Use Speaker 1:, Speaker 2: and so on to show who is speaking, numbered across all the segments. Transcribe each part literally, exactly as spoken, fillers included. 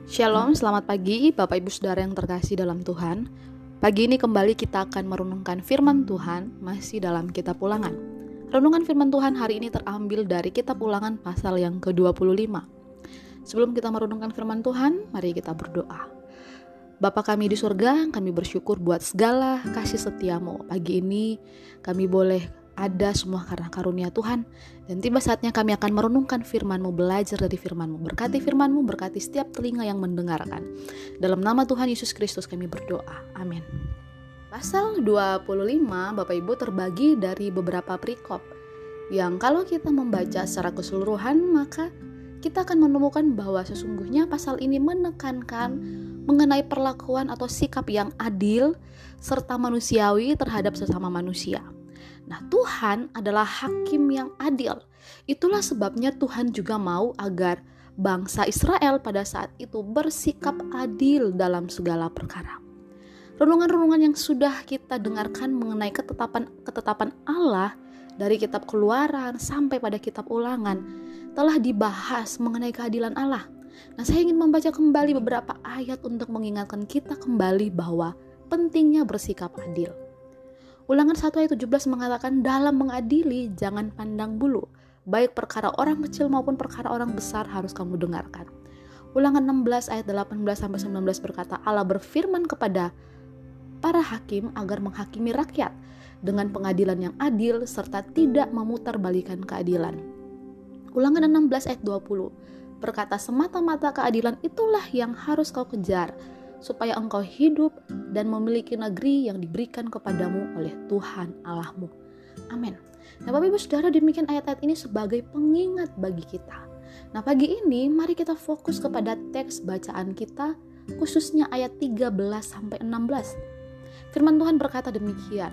Speaker 1: Shalom, selamat pagi Bapak Ibu Saudara yang terkasih dalam Tuhan. Pagi ini kembali kita akan merenungkan firman Tuhan masih dalam kitab Ulangan. Renungan firman Tuhan hari ini terambil dari kitab Ulangan pasal yang ke dua puluh lima. Sebelum kita merenungkan firman Tuhan, mari kita berdoa. Bapa kami di surga, kami bersyukur buat segala kasih setiamu. Pagi ini kami boleh ada semua karena karunia Tuhan. Dan tiba saatnya kami akan merenungkan firman-Mu, belajar dari firman-Mu. Berkati firman-Mu, berkati setiap telinga yang mendengarkan. Dalam nama Tuhan Yesus Kristus kami berdoa. Amin. Pasal dua puluh lima, Bapak Ibu, terbagi dari beberapa perikop yang kalau kita membaca secara keseluruhan, maka kita akan menemukan bahwa sesungguhnya pasal ini menekankan mengenai perlakuan atau sikap yang adil serta manusiawi terhadap sesama manusia. Nah, Tuhan adalah hakim yang adil. Itulah sebabnya Tuhan juga mau agar bangsa Israel pada saat itu bersikap adil dalam segala perkara. Renungan-renungan yang sudah kita dengarkan mengenai ketetapan-ketetapan Allah dari kitab Keluaran sampai pada kitab Ulangan telah dibahas mengenai keadilan Allah. Nah, saya ingin membaca kembali beberapa ayat untuk mengingatkan kita kembali bahwa pentingnya bersikap adil. Ulangan satu ayat tujuh belas mengatakan, dalam mengadili jangan pandang bulu, baik perkara orang kecil maupun perkara orang besar harus kamu dengarkan. Ulangan enam belas ayat delapan belas sampai sembilan belas berkata, Allah berfirman kepada para hakim agar menghakimi rakyat dengan pengadilan yang adil serta tidak memutarbalikkan keadilan. Ulangan enam belas ayat dua puluh berkata, semata-mata keadilan itulah yang harus kau kejar, supaya engkau hidup dan memiliki negeri yang diberikan kepadamu oleh Tuhan Allahmu. Amin. Nah, Bapak Ibu Saudara, demikian ayat-ayat ini sebagai pengingat bagi kita. Nah, pagi ini mari kita fokus kepada teks bacaan kita, khususnya ayat tiga belas sampai enam belas. Firman Tuhan berkata demikian,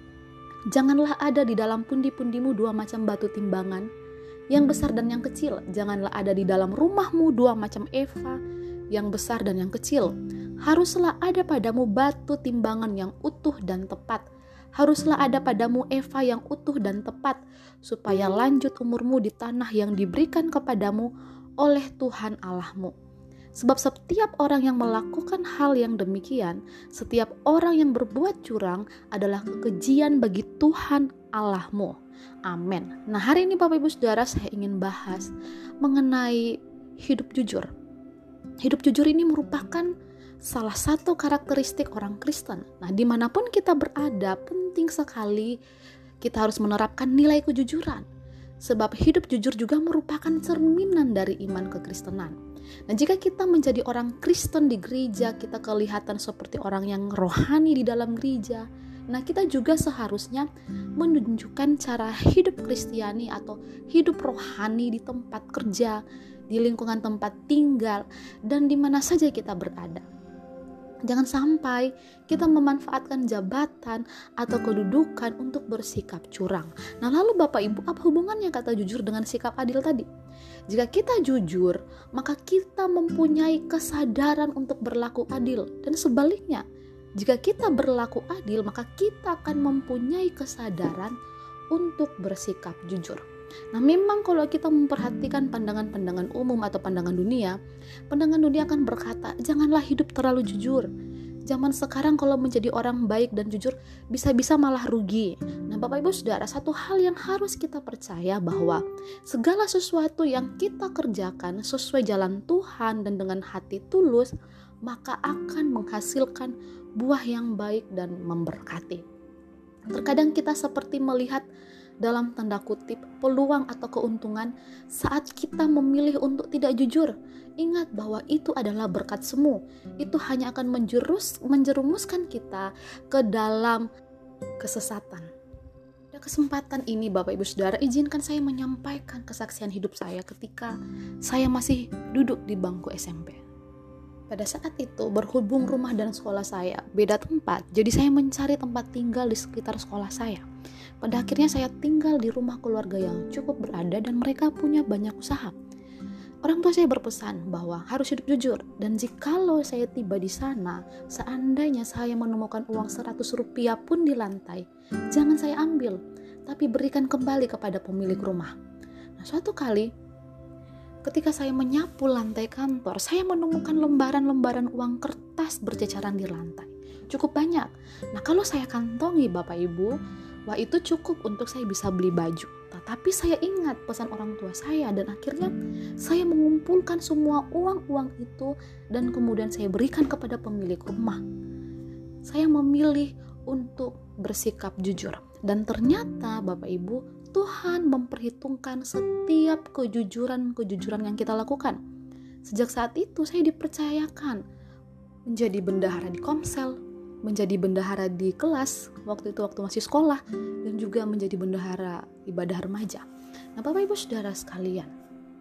Speaker 1: janganlah ada di dalam pundi-pundimu dua macam batu timbangan, yang besar dan yang kecil. Janganlah ada di dalam rumahmu dua macam eva, yang besar dan yang kecil. Haruslah ada padamu batu timbangan yang utuh dan tepat. Haruslah ada padamu eva yang utuh dan tepat, supaya lanjut umurmu di tanah yang diberikan kepadamu oleh Tuhan Allahmu. Sebab setiap orang yang melakukan hal yang demikian, setiap orang yang berbuat curang adalah kekejian bagi Tuhan Allahmu. Amin. Nah, hari ini Bapak Ibu Saudara, saya ingin bahas mengenai hidup jujur. Hidup jujur ini merupakan salah satu karakteristik orang Kristen. Nah, dimanapun kita berada, penting sekali kita harus menerapkan nilai kejujuran. Sebab hidup jujur juga merupakan cerminan dari iman kekristenan. Nah, jika kita menjadi orang Kristen di gereja, kita kelihatan seperti orang yang rohani di dalam gereja. Nah, kita juga seharusnya menunjukkan cara hidup Kristiani atau hidup rohani di tempat kerja, di lingkungan tempat tinggal, dan di mana saja kita berada. Jangan sampai kita memanfaatkan jabatan atau kedudukan untuk bersikap curang. Nah, lalu Bapak Ibu, apa hubungannya kata jujur dengan sikap adil tadi? Jika kita jujur, maka kita mempunyai kesadaran untuk berlaku adil. Dan sebaliknya, jika kita berlaku adil, maka kita akan mempunyai kesadaran untuk bersikap jujur. Nah, memang kalau kita memperhatikan pandangan-pandangan umum atau pandangan dunia, pandangan dunia akan berkata, janganlah hidup terlalu jujur. Zaman sekarang kalau menjadi orang baik dan jujur, bisa-bisa malah rugi. Nah, Bapak Ibu Saudara, satu hal yang harus kita percaya bahwa segala sesuatu yang kita kerjakan sesuai jalan Tuhan dan dengan hati tulus, maka akan menghasilkan buah yang baik dan memberkati. Terkadang kita seperti melihat dalam tanda kutip peluang atau keuntungan saat kita memilih untuk tidak jujur. Ingat bahwa itu adalah berkat semu. Itu hanya akan menjurus, menjerumuskan kita ke dalam kesesatan. Pada kesempatan ini Bapak Ibu Saudara, izinkan saya menyampaikan kesaksian hidup saya ketika saya masih duduk di bangku S M P. Pada saat itu berhubung rumah dan sekolah saya beda tempat, jadi saya mencari tempat tinggal di sekitar sekolah saya. Pada akhirnya saya tinggal di rumah keluarga yang cukup berada dan mereka punya banyak usaha. Orang tua saya berpesan bahwa harus hidup jujur, dan jikalau saya tiba di sana, seandainya saya menemukan uang seratus rupiah pun di lantai, jangan saya ambil, tapi berikan kembali kepada pemilik rumah. Nah, suatu kali Ketika saya menyapu lantai kantor, saya menemukan lembaran-lembaran uang kertas berceceran di lantai. Cukup banyak. Nah, kalau saya kantongi Bapak Ibu, wah itu cukup untuk saya bisa beli baju. Tetapi saya ingat pesan orang tua saya dan akhirnya saya mengumpulkan semua uang-uang itu dan kemudian saya berikan kepada pemilik rumah. Saya memilih untuk bersikap jujur. Dan ternyata Bapak Ibu, Tuhan memperhitungkan setiap kejujuran-kejujuran yang kita lakukan. Sejak saat itu saya dipercayakan menjadi bendahara di Komsel, menjadi bendahara di kelas, waktu itu waktu masih sekolah, dan juga menjadi bendahara ibadah remaja. Nah, Bapak Ibu Saudara sekalian,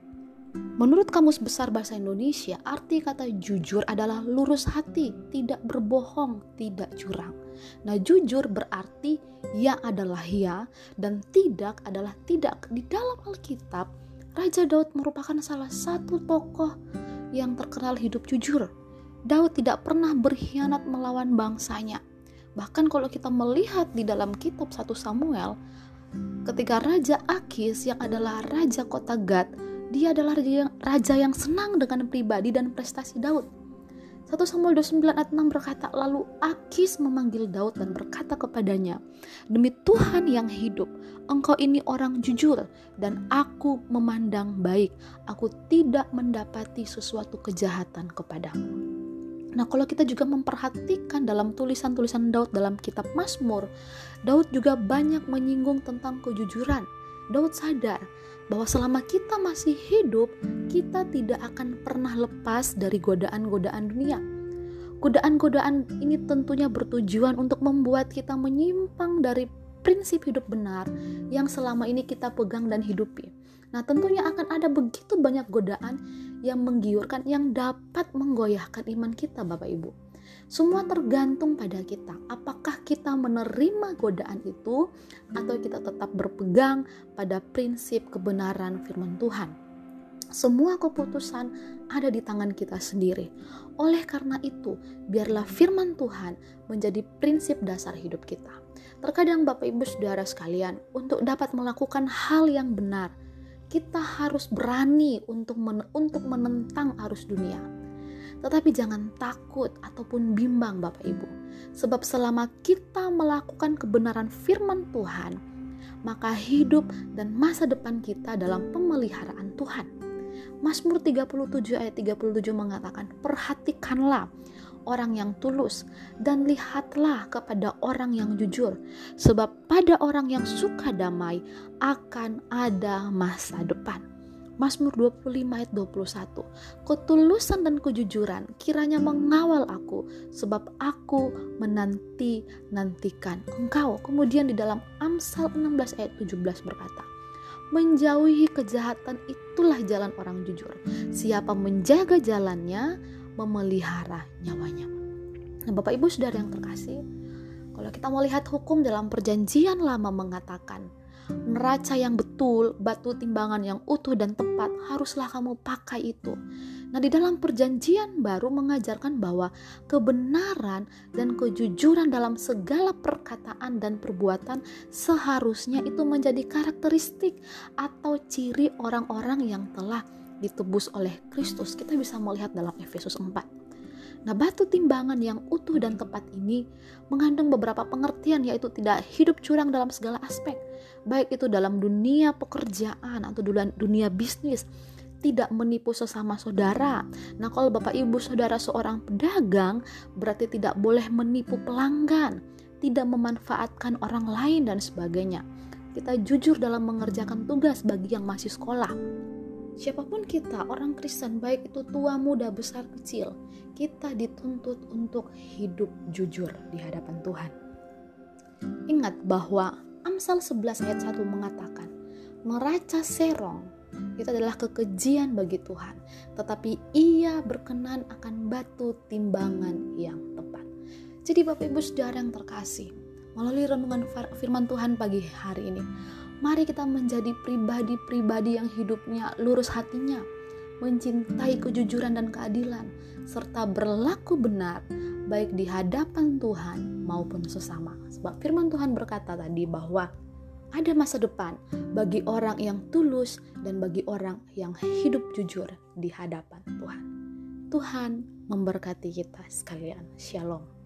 Speaker 1: menurut Kamus Besar Bahasa Indonesia, arti kata jujur adalah lurus hati, tidak berbohong, tidak curang. Nah, jujur berarti ya adalah ya dan tidak adalah tidak. Di dalam Alkitab, Raja Daud merupakan salah satu tokoh yang terkenal hidup jujur. Daud tidak pernah berkhianat melawan bangsanya. Bahkan kalau kita melihat di dalam kitab satu Samuel, ketika Raja Akis yang adalah raja kota Gad, dia adalah raja yang, raja yang senang dengan pribadi dan prestasi Daud. satu Samuel dua puluh sembilan ayat enam berkata, lalu Akis memanggil Daud dan berkata kepadanya, demi Tuhan yang hidup, engkau ini orang jujur dan aku memandang baik, aku tidak mendapati sesuatu kejahatan kepadamu. Nah, kalau kita juga memperhatikan dalam tulisan-tulisan Daud dalam kitab Mazmur, Daud juga banyak menyinggung tentang kejujuran. Daud sadar bahwa selama kita masih hidup, kita tidak akan pernah lepas dari godaan-godaan dunia. Godaan-godaan ini tentunya bertujuan untuk membuat kita menyimpang dari prinsip hidup benar yang selama ini kita pegang dan hidupi. Nah, tentunya akan ada begitu banyak godaan yang menggiurkan, yang dapat menggoyahkan iman kita, Bapak Ibu. Semua tergantung pada kita. Apakah kita menerima godaan itu atau kita tetap berpegang pada prinsip kebenaran firman Tuhan. Semua keputusan ada di tangan kita sendiri. Oleh karena itu, biarlah firman Tuhan menjadi prinsip dasar hidup kita. Terkadang Bapak Ibu Saudara sekalian, untuk dapat melakukan hal yang benar, kita harus berani untuk men- untuk menentang arus dunia. Tetapi jangan takut ataupun bimbang Bapak Ibu. Sebab selama kita melakukan kebenaran firman Tuhan, maka hidup dan masa depan kita dalam pemeliharaan Tuhan. Mazmur tiga puluh tujuh ayat tiga puluh tujuh mengatakan, perhatikanlah orang yang tulus dan lihatlah kepada orang yang jujur. Sebab pada orang yang suka damai akan ada masa depan. Mazmur dua puluh lima ayat dua puluh satu. Ketulusan dan kejujuran kiranya mengawal aku, sebab aku menanti-nantikan engkau. Kemudian di dalam Amsal enam belas ayat tujuh belas berkata, menjauhi kejahatan itulah jalan orang jujur. Siapa menjaga jalannya, memelihara nyawanya. Nah, Bapak Ibu Saudara yang terkasih, kalau kita melihat hukum dalam Perjanjian Lama mengatakan, neraca yang betul, batu timbangan yang utuh dan tepat, haruslah kamu pakai itu. Nah, di dalam Perjanjian Baru mengajarkan bahwa kebenaran dan kejujuran dalam segala perkataan dan perbuatan seharusnya itu menjadi karakteristik atau ciri orang-orang yang telah ditebus oleh Kristus. Kita bisa melihat dalam Efesus empat. Nah, batu timbangan yang utuh dan tepat ini mengandung beberapa pengertian, yaitu tidak hidup curang dalam segala aspek, baik itu dalam dunia pekerjaan atau dunia bisnis, tidak menipu sesama saudara. Nah, kalau Bapak Ibu Saudara seorang pedagang, berarti tidak boleh menipu pelanggan, tidak memanfaatkan orang lain dan sebagainya. Kita jujur dalam mengerjakan tugas bagi yang masih sekolah. Siapapun kita, orang Kristen, baik itu tua, muda, besar, kecil, kita dituntut untuk hidup jujur di hadapan Tuhan. Ingat bahwa Amsal sebelas ayat satu mengatakan, neraca serong itu adalah kekejian bagi Tuhan, tetapi Ia berkenan akan batu timbangan yang tepat. Jadi Bapak Ibu Saudara yang terkasih, melalui renungan firman Tuhan pagi hari ini, mari kita menjadi pribadi-pribadi yang hidupnya lurus hatinya, mencintai kejujuran dan keadilan, serta berlaku benar baik di hadapan Tuhan maupun sesama. Sebab firman Tuhan berkata tadi bahwa ada masa depan bagi orang yang tulus dan bagi orang yang hidup jujur di hadapan Tuhan. Tuhan memberkati kita sekalian. Shalom.